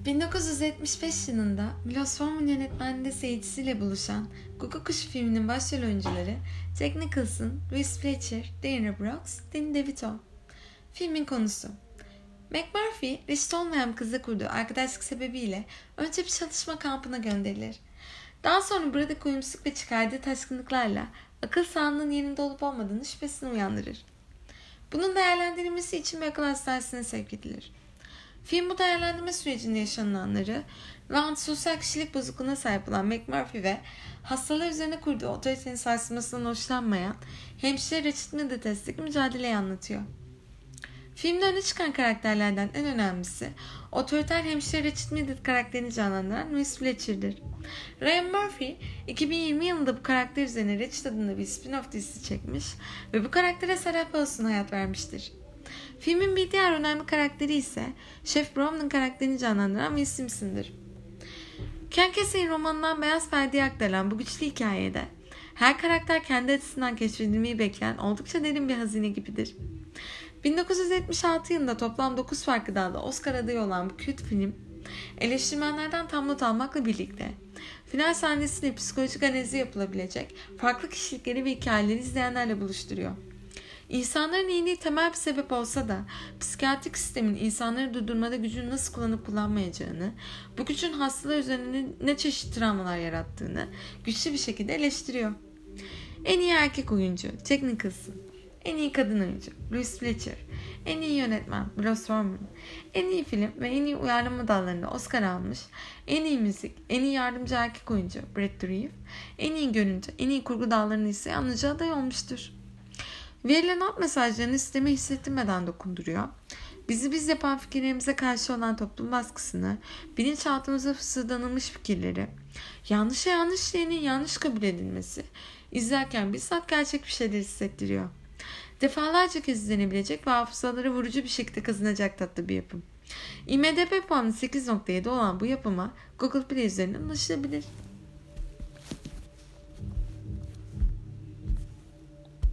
1975 yılında Milos Forman yönetmenliğinde seyircisiyle buluşan Kuku Kuşu filminin başrol oyuncuları Jack Nicholson, Louis Fletcher, Diana Brooks, Danny DeVito. Filmin konusu: McMurphy, reşit olmayan bir kızla kurduğu arkadaşlık sebebiyle önce bir çalışma kampına gönderilir. Daha sonra buradaki uyumsuzluk ve çıkardığı taşkınlıklarla akıl sağlığının yerinde olup olmadığını şüphesini uyandırır. Bunun değerlendirilmesi için bir akıl hastanesine sevk edilir. Film bu değerlendirme sürecinde yaşananları ve antisosyal kişilik bozukluğuna sahip olan McMurphy ve hastalar üzerine kurduğu otoritenin sarsılmasından hoşlanmayan hemşire Rachel Middeltest'teki mücadeleyi anlatıyor. Filmde öne çıkan karakterlerden en önemlisi otoriter hemşire Rachel Middeltest karakterini canlandıran Louis Fletcher'dir. Ryan Murphy 2020 yılında bu karakter üzerine Rachel adında bir spin-off dizisi çekmiş ve bu karaktere Sarah Paulson hayat vermiştir. Filmin bir diğer önemli karakteri ise Chef Brom'un karakterini canlandıran Will Simpson'dır. Ken Kesey'in romanından Beyaz Perde'ye aktarılan bu güçlü hikayede her karakter kendi açısından keşfedilmeyi bekleyen oldukça derin bir hazine gibidir. 1976 yılında toplam 9 farklı dalda Oscar adayı olan bu kült film, eleştirmenlerden tam not almakla birlikte final sahnesinde psikolojik analizi yapılabilecek farklı kişilikleri ve hikayeleri izleyenlerle buluşturuyor. İnsanların iyiliği temel bir sebep olsa da psikiyatrik sistemin insanları durdurmada gücünü nasıl kullanıp kullanmayacağını, bu gücün hastalar üzerinde ne çeşit travmalar yarattığını güçlü bir şekilde eleştiriyor. En iyi erkek oyuncu Jack Nicholson, en iyi kadın oyuncu Louis Fletcher, en iyi yönetmen Milos Forman, en iyi film ve en iyi uyarlama dallarında Oscar almış, en iyi müzik, en iyi yardımcı erkek oyuncu Brad Dourif, en iyi görüntü, en iyi kurgu dallarında ise yalnızca aday olmuştur. Verilen alt mesajlarını sisteme hissettirmeden dokunduruyor. Bizi biz yapan fikirlerimize karşı olan toplum baskısını, bilinçaltımıza fısıldanılmış fikirleri, yanlışa yanlış diyenin yanlış kabul edilmesi, izlerken bizzat gerçek bir şeyler hissettiriyor. Defalarca kez izlenebilecek ve hafızaları vurucu bir şekilde kazanacak tatlı bir yapım. IMDb puanı 8.7 olan bu yapıma Google Play üzerinden ulaşılabilir.